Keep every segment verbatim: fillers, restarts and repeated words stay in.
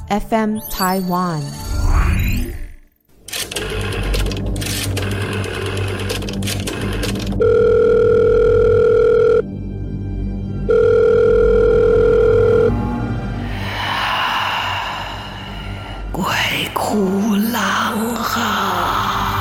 F M Taiwan。 鬼哭狼嚎。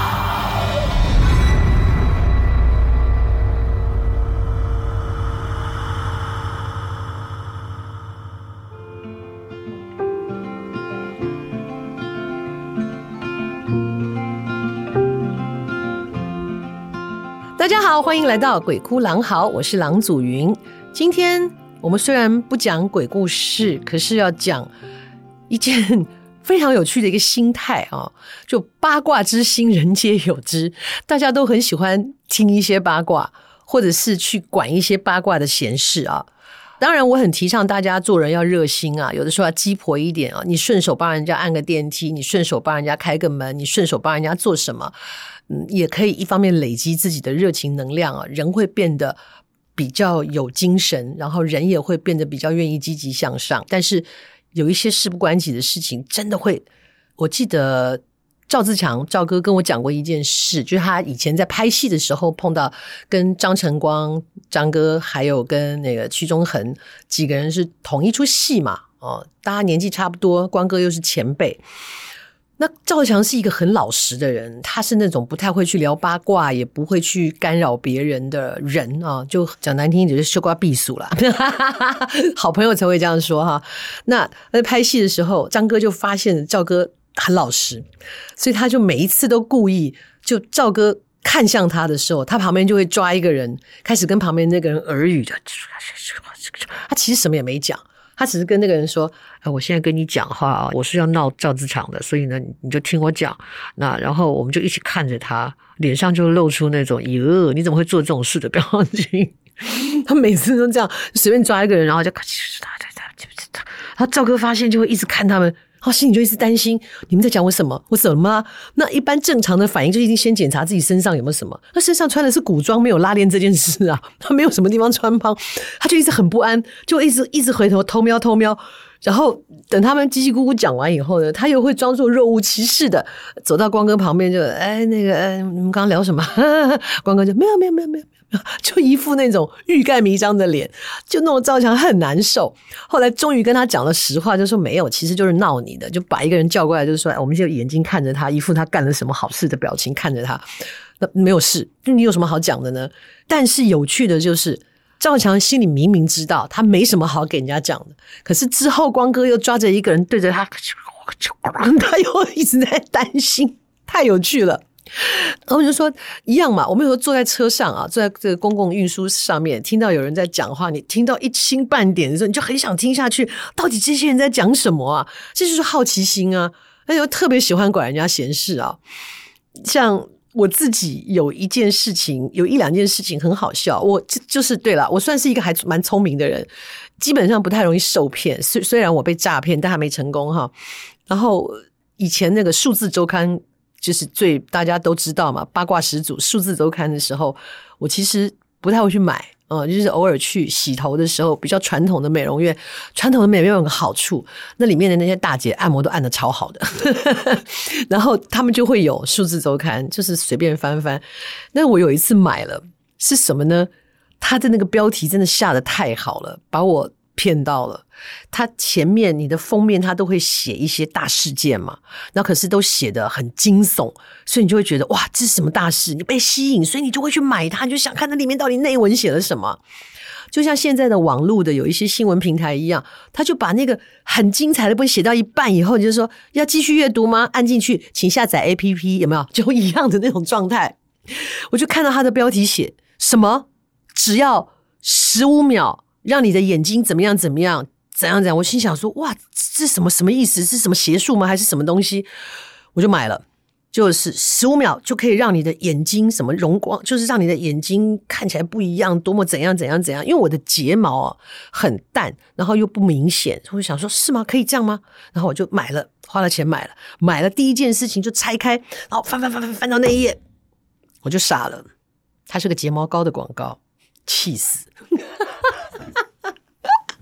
大家好，欢迎来到鬼哭狼嚎，我是郎祖云。今天我们虽然不讲鬼故事，可是要讲一件非常有趣的一个心态啊，就八卦之心人皆有之，大家都很喜欢听一些八卦，或者是去管一些八卦的闲事啊。当然我很提倡大家做人要热心啊，有的时候要鸡婆一点啊，你顺手帮人家按个电梯，你顺手帮人家开个门，你顺手帮人家做什么，嗯，也可以一方面累积自己的热情能量啊，人会变得比较有精神，然后人也会变得比较愿意积极向上。但是有一些事不关己的事情真的会，我记得赵自强赵哥跟我讲过一件事，就是他以前在拍戏的时候碰到跟张晨光张哥还有跟那个屈中恒几个人是同一出戏嘛，哦，大家年纪差不多，光哥又是前辈。那赵自强是一个很老实的人，他是那种不太会去聊八卦，也不会去干扰别人的人啊，就讲难听一点就是修瓜避暑啦好朋友才会这样说哈。那在拍戏的时候，张哥就发现赵哥很老实，所以他就每一次都故意，就赵哥看向他的时候，他旁边就会抓一个人，开始跟旁边那个人耳语的，他其实什么也没讲，他只是跟那个人说，哎，我现在跟你讲话啊，我是要闹赵自强的，所以呢你就听我讲。那然后我们就一起看着他，脸上就露出那种哟，你怎么会做这种事的表情他每次都这样随便抓一个人，然后就他赵哥发现就会一直看他们，他心里就一直担心你们在讲我什么，我怎么了？那一般正常的反应就一定先检查自己身上有没有什么，他身上穿的是古装，没有拉链这件事啊，他没有什么地方穿帮，他就一直很不安，就一直一直回头偷瞄偷瞄。然后等他们叽叽咕咕讲完以后呢，他又会装作若无其事的走到光哥旁边，就哎那个哎你们刚刚聊什么光哥就没有没有没有没有就一副那种欲盖弥彰的脸，就弄得赵强很难受。后来终于跟他讲了实话，就说没有，其实就是闹你的，就把一个人叫过来，就是说、哎、我们就眼睛看着他，一副他干了什么好事的表情看着他，那没有事，你有什么好讲的呢？但是有趣的就是赵强心里明明知道他没什么好给人家讲的，可是之后光哥又抓着一个人对着他，他又一直在担心，太有趣了。然后我就说一样嘛，我们有时候坐在车上啊，坐在这个公共运输上面，听到有人在讲话，你听到一星半点的时候，你就很想听下去，到底这些人在讲什么啊？这就是好奇心啊，而且我特别喜欢管人家闲事啊。像我自己有一件事情，有一两件事情很好笑，我就就是对了，我算是一个还蛮聪明的人，基本上不太容易受骗，虽虽然我被诈骗，但还没成功哈。然后以前那个数字周刊就是最大家都知道嘛，八卦始祖数字周刊的时候，我其实不太会去买，嗯，就是偶尔去洗头的时候，比较传统的美容院，传统的美容院有个好处，那里面的那些大姐按摩都按得超好的然后他们就会有数字周刊，就是随便翻翻。那我有一次买了，是什么呢？他的那个标题真的下得太好了，把我骗到了。他前面你的封面他都会写一些大事件嘛，那可是都写得很惊悚，所以你就会觉得哇这是什么大事，你被吸引，所以你就会去买它，你就想看那里面到底内文写了什么。就像现在的网络的有一些新闻平台一样，他就把那个很精彩的部分写到一半以后，你就说要继续阅读吗？按进去请下载 A P P， 有没有？就一样的那种状态。我就看到他的标题写什么只要十五秒让你的眼睛怎么样怎么样怎样怎样，我心想说哇这是什么什么意思，是什么邪术吗还是什么东西？我就买了，就是十五秒就可以让你的眼睛什么容光，就是让你的眼睛看起来不一样，多么怎样怎样怎样。因为我的睫毛啊很淡，然后又不明显，我就想说是吗？可以这样吗？然后我就买了，花了钱买了，买了第一件事情就拆开，然后翻翻翻翻翻到那一页，我就傻了，它是个睫毛膏的广告，气死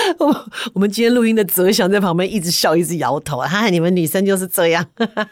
我我们今天录音的泽祥在旁边一直笑一直摇头，哈，你们女生就是这样。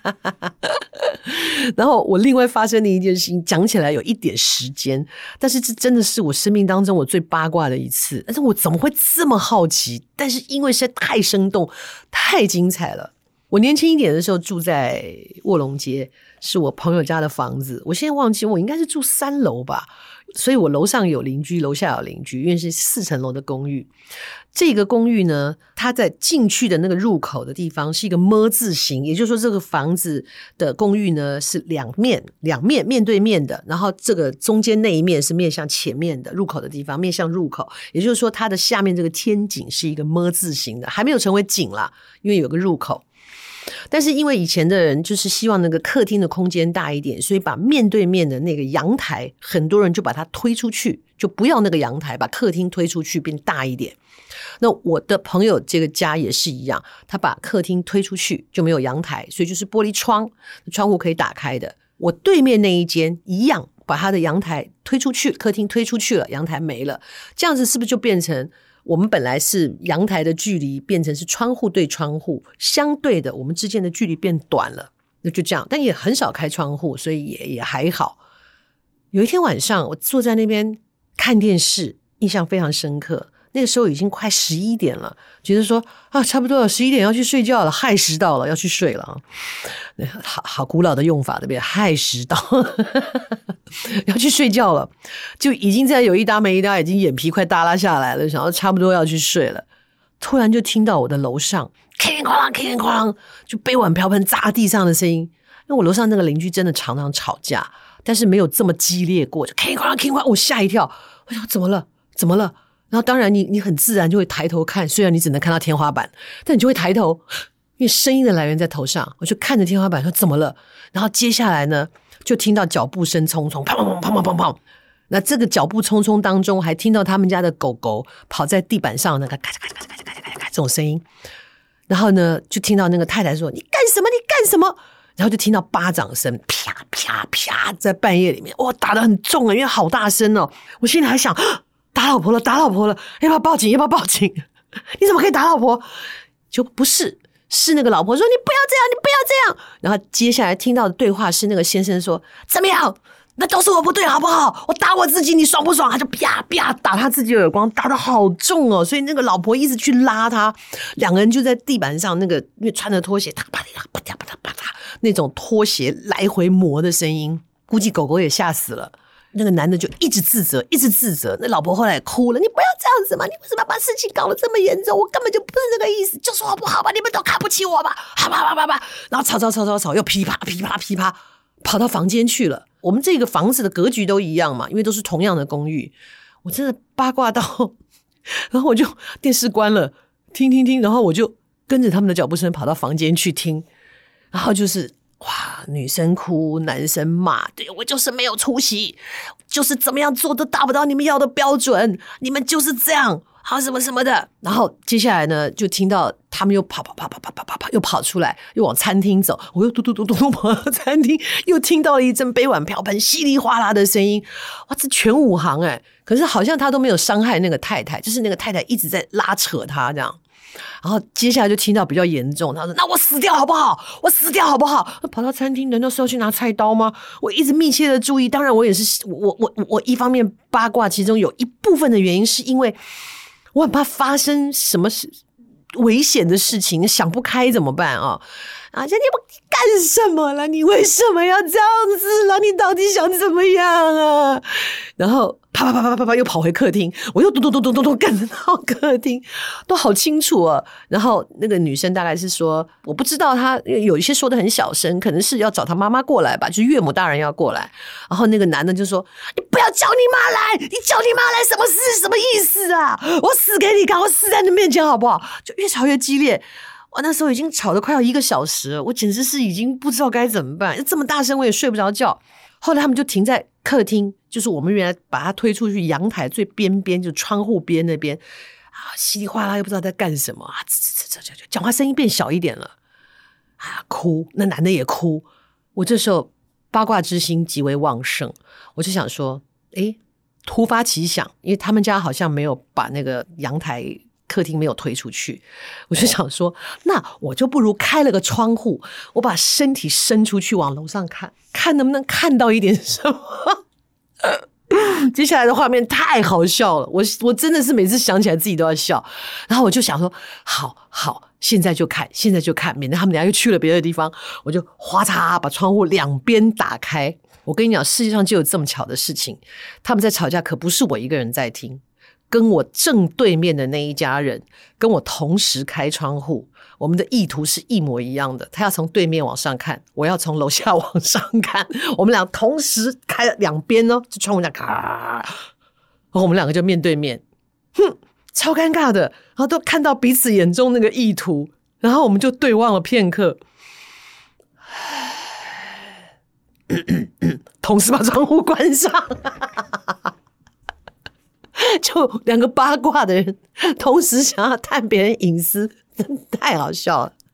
然后我另外发生的一件事情讲起来有一点时间，但是这真的是我生命当中我最八卦的一次，但是我怎么会这么好奇，但是因为实在太生动太精彩了。我年轻一点的时候住在卧龙街，是我朋友家的房子，我现在忘记我应该是住三楼吧，所以我楼上有邻居楼下有邻居，因为是四层楼的公寓。这个公寓呢，它在进去的那个入口的地方是一个么字形，也就是说这个房子的公寓呢是两面两面面对面的，然后这个中间那一面是面向前面的入口的地方，面向入口，也就是说它的下面这个天井是一个么字形的，还没有成为井啦，因为有个入口。但是因为以前的人就是希望那个客厅的空间大一点，所以把面对面的那个阳台很多人就把它推出去，就不要那个阳台，把客厅推出去变大一点。那我的朋友这个家也是一样，他把客厅推出去就没有阳台，所以就是玻璃窗，窗户可以打开的。我对面那一间一样把他的阳台推出去，客厅推出去了，阳台没了，这样子是不是就变成我们本来是阳台的距离变成是窗户对窗户，相对的我们之间的距离变短了，那就这样，但也很少开窗户，所以也也还好。有一天晚上我坐在那边看电视，印象非常深刻，那个时候已经快十一点了，觉得说啊，差不多了，十一点要去睡觉了，亥时到了，要去睡了。好好古老的用法对不对？亥时到要去睡觉了，就已经在有一搭没一搭，已经眼皮快耷拉下来了，想要差不多要去睡了。突然就听到我的楼上哐啷哐啷哐啷哐啷，就杯碗瓢盆砸地上的声音。因为我楼上那个邻居真的常常吵架，但是没有这么激烈过，就哐啷哐啷哐啷，我吓一跳，我想怎么了怎么了？然后当然你你很自然就会抬头看，虽然你只能看到天花板，但你就会抬头，因为声音的来源在头上，我就看着天花板说怎么了？然后接下来呢就听到脚步声匆匆，砰砰砰砰砰砰。那这个脚步匆匆当中还听到他们家的狗狗跑在地板上那个咔嚓咔嚓咔嚓咔嚓咔嚓咔嚓这种声音。然后呢就听到那个太太说你干什么你干什么？然后就听到巴掌声啪啪啪，在半夜里面哇打得很重啊，因为好大声哦。我心里还想打老婆了打老婆了，要不要报警要不要报警？你怎么可以打老婆？就不是是那个老婆说你不要这样你不要这样。然后接下来听到的对话是那个先生说怎么样，那都是我不对好不好，我打我自己你爽不爽？他就啪啪打他自己的耳光，打得好重哦，所以那个老婆一直去拉他，两个人就在地板上那个因为穿着拖鞋啪啪啪啪啪啪啪那种拖鞋来回磨的声音，估计狗狗也吓死了。那个男的就一直自责一直自责，那老婆后来也哭了，你不要这样子嘛，你为什么要把事情搞得这么严重？我根本就不是这个意思，就是我不好吧，你们都看不起我吧，啪啪啪啪啪，然后吵吵吵吵吵又噼啪噼啪噼啪跑到房间去了。我们这个房子的格局都一样嘛，因为都是同样的公寓。我真的八卦到然后我就电视关了听听听，然后我就跟着他们的脚步声跑到房间去听，然后就是哇，女生哭男生骂，对我就是没有出息，就是怎么样做都达不到你们要的标准，你们就是这样好什么什么的。然后接下来呢就听到他们又跑跑跑跑跑跑跑跑又跑出来又往餐厅走，我又嘟嘟嘟嘟嘟跑到餐厅，又听到了一阵杯碗瓢盆稀里哗啦的声音。哇，这全武行哎！可是好像他都没有伤害那个太太，就是那个太太一直在拉扯他这样。然后接下来就听到比较严重，他说那我死掉好不好，我死掉好不好？跑到餐厅难道是要去拿菜刀吗？我一直密切的注意，当然我也是我我我一方面八卦，其中有一部分的原因是因为我很怕发生什么事危险的事情，想不开怎么办啊？啊，这你干什么了？你为什么要这样子了？你到底想怎么样啊？然后啪啪啪啪啪啪又跑回客厅，我又咚咚咚咚咚咚赶到客厅，都好清楚啊。然后那个女生大概是说，我不知道她有一些说得很小声，可能是要找她妈妈过来吧，就是岳母大人要过来。然后那个男的就说：“你不要叫你妈来，你叫你妈来什么事？什么意思啊？我死给你看，我死在你面前好不好？”就越吵越激烈。我那时候已经吵得快要一个小时了，我简直是已经不知道该怎么办，这么大声我也睡不着觉。后来他们就停在客厅，就是我们原来把它推出去阳台最边边，就窗户边那边啊，稀里哗啦又不知道在干什么啊，讲话声音变小一点了啊，哭，那男的也哭。我这时候八卦之心极为旺盛，我就想说，诶，突发奇想，因为他们家好像没有把那个阳台客厅没有推出去，我就想说，那我就不如开了个窗户，我把身体伸出去往楼上看，看能不能看到一点什么。接下来的画面太好笑了，我我真的是每次想起来自己都要笑。然后我就想说，好好，现在就看，现在就看，免得他们等一下又去了别的地方。我就哗嚓把窗户两边打开。我跟你讲，世界上就有这么巧的事情，他们在吵架，可不是我一个人在听。跟我正对面的那一家人跟我同时开窗户，我们的意图是一模一样的。他要从对面往上看，我要从楼下往上看，我们俩同时开了两边哦，就窗户这样咔，然后我们两个就面对面，哼，超尴尬的，然后都看到彼此眼中那个意图，然后我们就对望了片刻，同时把窗户关上。就两个八卦的人同时想要探别人隐私，真的太好笑了。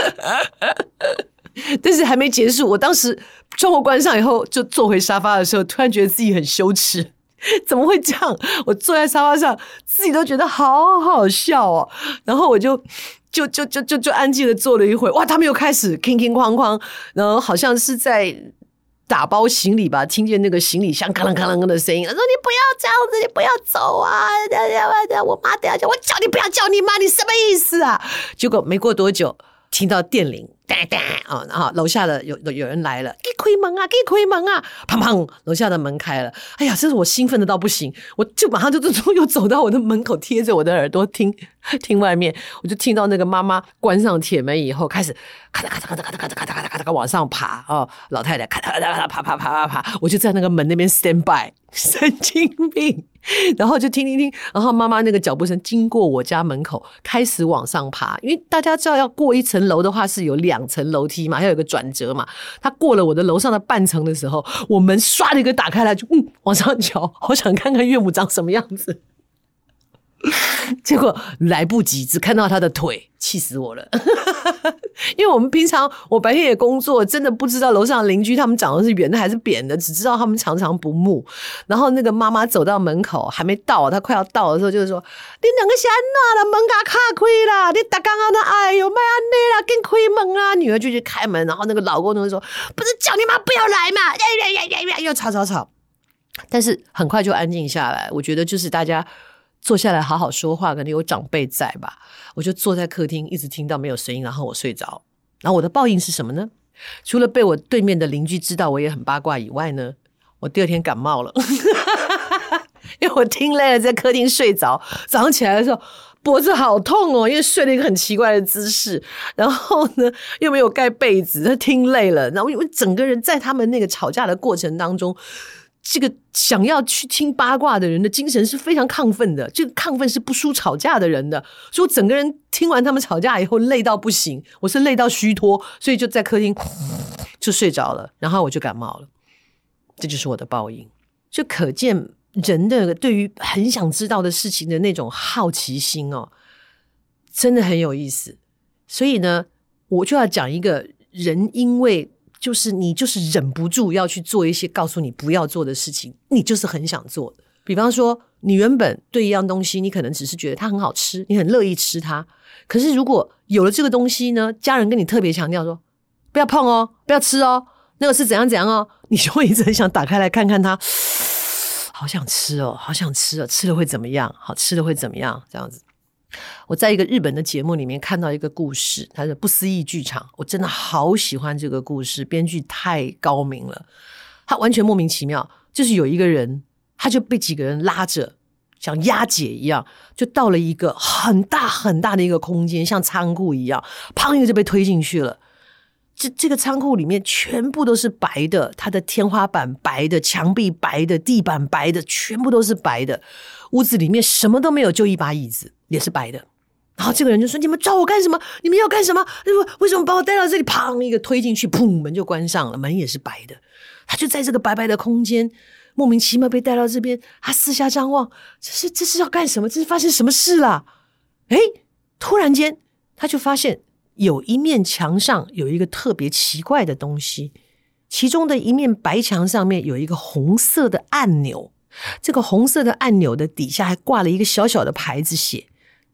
但是还没结束，我当时窗户关上以后就坐回沙发的时候，突然觉得自己很羞耻，怎么会这样？我坐在沙发上自己都觉得好好笑哦。然后我就就就就就就安静的坐了一会，哇，他们又开始哐哐哐哐，然后好像是在打包行李吧，听见那个行李箱咔啷咔啷的声音，他说你不要这样子，你不要走啊，我妈等下叫我叫你不要叫你妈，你什么意思啊？结果没过多久听到电铃哒哒啊，然后楼下的有有人来了，给开门啊，给开门啊，砰砰，楼下的门开了，哎呀，这是我兴奋的到不行，我就马上就就又走到我的门口，贴着我的耳朵听听外面，我就听到那个妈妈关上铁门以后，开始咔嗒咔嗒咔嗒咔嗒咔嗒咔嗒咔嗒咔嗒往上爬哦，老太太咔嗒咔嗒咔嗒爬爬爬爬爬，我就在那个门那边 stand by， 神经病。然后就听听听，然后妈妈那个脚步声经过我家门口，开始往上爬。因为大家知道要过一层楼的话是有两层楼梯嘛，还有一个转折嘛。他过了我的楼上的半层的时候，我门唰的一个打开来，就嗯往上瞧，好想看看岳母长什么样子。结果来不及，只看到他的腿，气死我了。因为我们平常我白天也工作，真的不知道楼上的邻居他们长得是圆的还是扁的，只知道他们常常不睦。然后那个妈妈走到门口还没到，她快要到的时候就是说，你两个是怎样啦，门给卡开啦，你大刚刚的哎呦别这样啦，紧开门啊。女儿就去开门，然后那个老公就说，不是叫你妈不要来嘛，又吵吵吵。但是很快就安静下来，我觉得就是大家坐下来好好说话，可能有长辈在吧。我就坐在客厅一直听到没有声音，然后我睡着。然后我的报应是什么呢？除了被我对面的邻居知道我也很八卦以外呢，我第二天感冒了。因为我听累了在客厅睡着，早上起来的时候脖子好痛哦，因为睡了一个很奇怪的姿势，然后呢又没有盖被子，听累了，然后我整个人在他们那个吵架的过程当中，这个想要去听八卦的人的精神是非常亢奋的，这个亢奋是不输吵架的人的，所以我整个人听完他们吵架以后累到不行，我是累到虚脱，所以就在客厅就睡着了，然后我就感冒了。这就是我的报应。就可见人的对于很想知道的事情的那种好奇心哦，真的很有意思。所以呢，我就要讲一个人，因为就是你就是忍不住要去做一些告诉你不要做的事情，你就是很想做的。比方说你原本对一样东西你可能只是觉得它很好吃，你很乐意吃它，可是如果有了这个东西呢，家人跟你特别强调说不要碰哦，不要吃哦，那个是怎样怎样哦，你就会一直很想打开来看看它，好想吃哦，好想吃哦，吃了会怎么样，好吃了会怎么样，这样子。我在一个日本的节目里面看到一个故事，它是不思议剧场，我真的好喜欢这个故事，编剧太高明了，他完全莫名其妙，就是有一个人他就被几个人拉着像押解一样，就到了一个很大很大的一个空间，像仓库一样，砰一个就被推进去了。这这个仓库里面全部都是白的，它的天花板白的，墙壁白的，地板白的，全部都是白的。屋子里面什么都没有，就一把椅子也是白的。然后这个人就说，你们抓我干什么？你们要干什么？为什么把我带到这里？砰一个推进去，砰门就关上了，门也是白的。他就在这个白白的空间莫名其妙被带到这边，他四下张望，这是这是要干什么？这是发生什么事啦？诶，突然间他就发现有一面墙上有一个特别奇怪的东西，其中的一面白墙上面有一个红色的按钮，这个红色的按钮的底下还挂了一个小小的牌子，写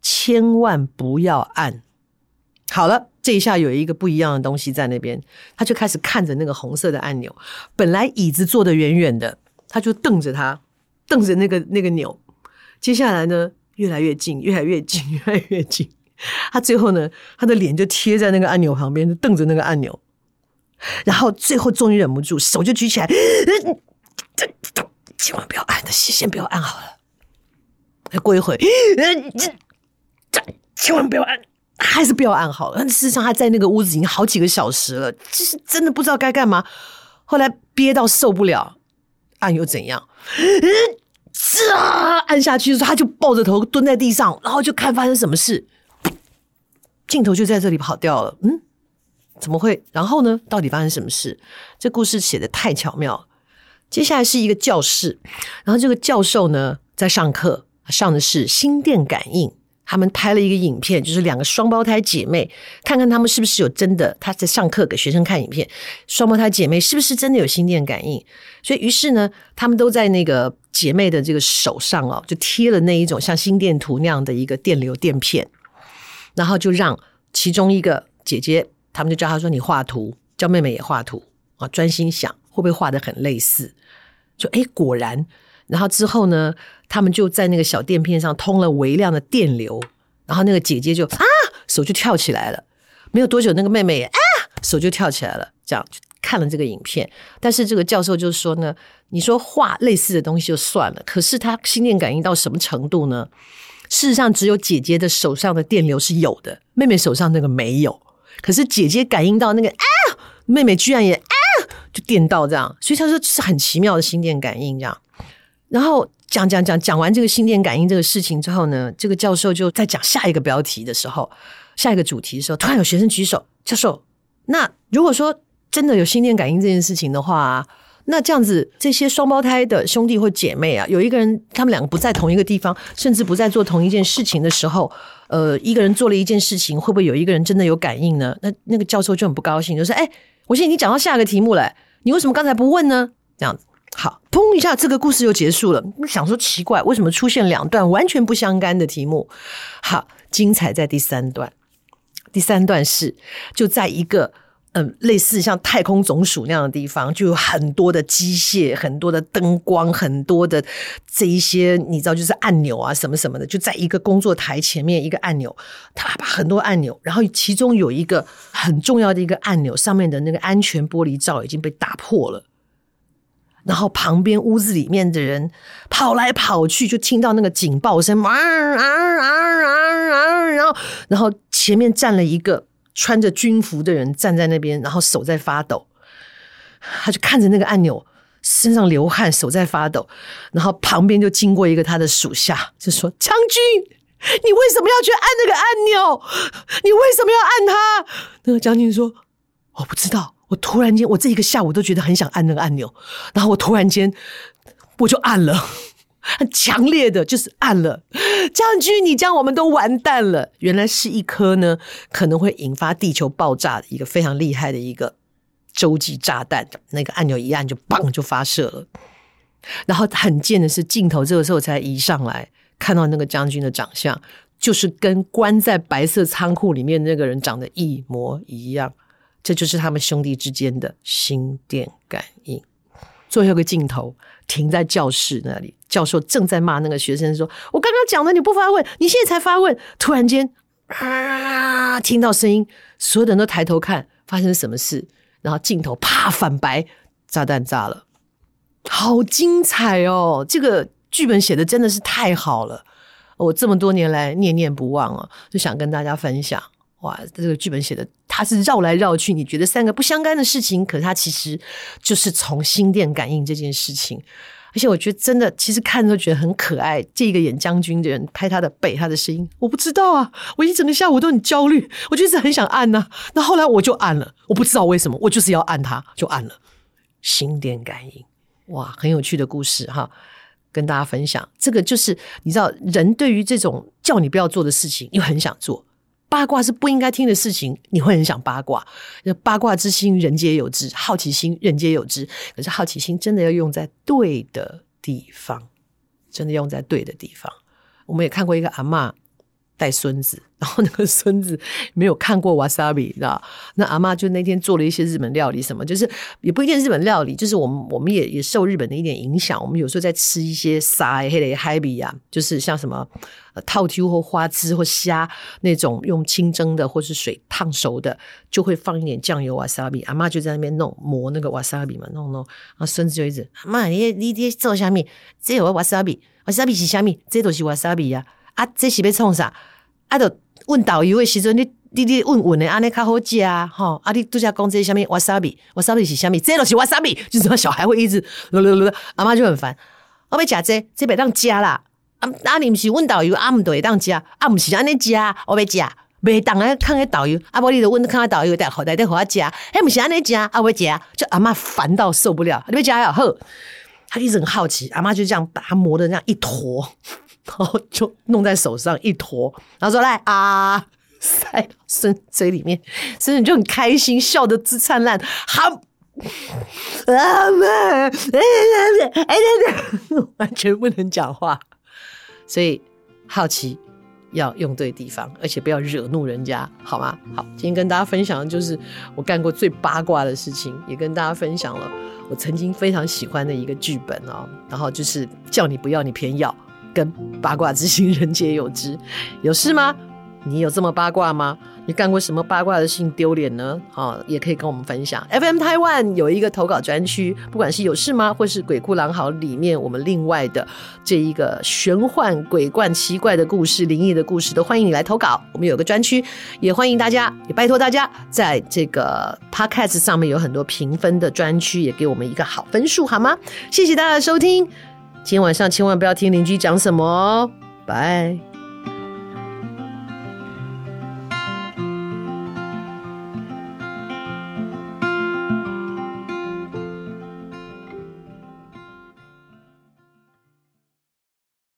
千万不要按。好了，这一下有一个不一样的东西在那边，他就开始看着那个红色的按钮。本来椅子坐得远远的，他就瞪着他，瞪着那个那个钮。接下来呢，越来越近，越来越近，越来越近。他最后呢，他的脸就贴在那个按钮旁边，就瞪着那个按钮。然后最后终于忍不住，手就举起来，千万不要按的，先不要按好了。过一会，千万不要按。还是不要按好了。但事实上他在那个屋子已经好几个小时了，就是真的不知道该干嘛。后来憋到受不了，按又怎样？啊、按下去的时候，他就抱着头蹲在地上，然后就看发生什么事。镜头就在这里跑掉了。嗯，怎么会？然后呢？到底发生什么事？这故事写得太巧妙了。接下来是一个教室，然后这个教授呢在上课，上的是心电感应。他们拍了一个影片，就是两个双胞胎姐妹，看看他们是不是有真的，他在上课给学生看影片，双胞胎姐妹是不是真的有心电感应。所以于是呢，他们都在那个姐妹的这个手上哦，就贴了那一种像心电图那样的一个电流垫片，然后就让其中一个姐姐，他们就叫她说你画图，叫妹妹也画图啊，专心想会不会画得很类似。就诶果然，然后之后呢，他们就在那个小垫片上通了微量的电流，然后那个姐姐就啊手就跳起来了，没有多久那个妹妹也啊手就跳起来了，这样就看了这个影片。但是这个教授就说呢，你说画类似的东西就算了，可是他心电感应到什么程度呢？事实上只有姐姐的手上的电流是有的，妹妹手上那个没有。可是姐姐感应到那个啊，妹妹居然也啊就电到这样，所以他说这是很奇妙的心电感应这样。然后讲讲讲讲完这个心电感应这个事情之后呢，这个教授就在讲下一个标题的时候，下一个主题的时候，突然有学生举手，教授，那如果说真的有心电感应这件事情的话，那这样子这些双胞胎的兄弟或姐妹啊，有一个人他们两个不在同一个地方，甚至不在做同一件事情的时候，呃，一个人做了一件事情，会不会有一个人真的有感应呢？那那个教授就很不高兴，就说：“哎，我现在已经讲到下个题目了，你为什么刚才不问呢？”这样子。好，砰一下，这个故事就结束了。想说奇怪，为什么出现两段完全不相干的题目？好，精彩在第三段。第三段是就在一个嗯类似像太空总署那样的地方，就有很多的机械，很多的灯光，很多的这一些你知道就是按钮啊什么什么的，就在一个工作台前面一个按钮，他把很多按钮，然后其中有一个很重要的一个按钮上面的那个安全玻璃罩已经被打破了。然后旁边屋子里面的人跑来跑去，就听到那个警报声，啊啊啊啊啊，然后然后前面站了一个穿着军服的人站在那边，然后手在发抖，他就看着那个按钮，身上流汗，手在发抖，然后旁边就经过一个他的属下，就说：“将军，你为什么要去按那个按钮？你为什么要按它？”那个将军说：“我不知道。”我突然间，我这一个下午都觉得很想按那个按钮，然后我突然间我就按了，很强烈的就是按了。将军，你这样我们都完蛋了。原来是一颗呢可能会引发地球爆炸的一个非常厉害的一个洲际炸弹，那个按钮一按就砰就发射了。然后很贱的是，镜头这个时候才移上来，看到那个将军的长相，就是跟关在白色仓库里面那个人长得一模一样。这就是他们兄弟之间的心电感应。最后一个镜头停在教室那里，教授正在骂那个学生说：“我刚刚讲的你不发问，你现在才发问。”突然间啊，听到声音，所有人都抬头看，发生什么事？然后镜头啪反白，炸弹炸了，好精彩哦！这个剧本写的真的是太好了，我这么多年来念念不忘哦，就想跟大家分享。哇，这个剧本写的，它是绕来绕去，你觉得三个不相干的事情，可是它其实就是从心电感应这件事情。而且我觉得真的，其实看都觉得很可爱。这个演将军的人拍他的背，他的声音，我不知道啊，我一整个下午都很焦虑，我就是很想按啊。那后来我就按了，我不知道为什么，我就是要按它，就按了。心电感应，哇，很有趣的故事哈，跟大家分享。这个就是你知道，人对于这种叫你不要做的事情，又很想做。八卦是不应该听的事情，你会很想八卦。八卦之心，人皆有之；好奇心，人皆有之。可是好奇心真的要用在对的地方，真的用在对的地方。我们也看过一个阿嬷， 带孙子，然后那个孙子没有看过 wasabi， 你知道？那阿嬷就那天做了一些日本料理，什么就是也不一定日本料理，就是我们我们也也受日本的一点影响。我们有时候在吃一些沙黑的海比啊，就是像什么呃套 Q 或花枝或虾那种用清蒸的或是水烫熟的，就会放一点酱油 wasabi。阿嬷就在那边弄磨那个 wasabi 嘛，弄弄，然后孙子就一直阿嬷你你你做什么？这有 wasabi，wasabi 是什么？这都是 wasabi 呀、啊！啊，这是要创啥？啊，就问导游的时阵，你你你问问的，安尼较好食啊，吼！啊，你拄则讲这是什么 wasabi，wasabi 是什么？这都是 wasabi， 就是小孩会一直，阿妈就很烦。我要食这，这袂当食啦。啊啊，你不是问导游，啊唔就会当食，啊唔是安尼食，我要食，袂当啊看个导游，啊无你就问看个导游，带好带带好食，迄唔是安尼食，啊我要食，就阿妈烦到受不了，你要食也好，他一直很好奇，阿妈就这样把它磨的那样一坨。然后就弄在手上一坨，然后说来啊，塞到孙嘴里面，孙子就很开心，笑得直灿烂，好啊妈，完全不能讲话，所以好奇要用对地方，而且不要惹怒人家，好吗？好，今天跟大家分享的就是我干过最八卦的事情，也跟大家分享了我曾经非常喜欢的一个剧本哦，然后就是叫你不要，你偏要。跟八卦之心人皆有之，有事吗？你有这么八卦吗？你干过什么八卦的事情丢脸呢？哦，也可以跟我们分享。F M 台湾有一个投稿专区，不管是有事吗，或是鬼哭狼嚎里面我们另外的这一个玄幻鬼怪奇怪的故事、灵异的故事，都欢迎你来投稿。我们有个专区，也欢迎大家，也拜托大家在这个 Podcast 上面有很多评分的专区，也给我们一个好分数好吗？谢谢大家的收听。今天晚上千万不要听邻居讲什么哦，拜。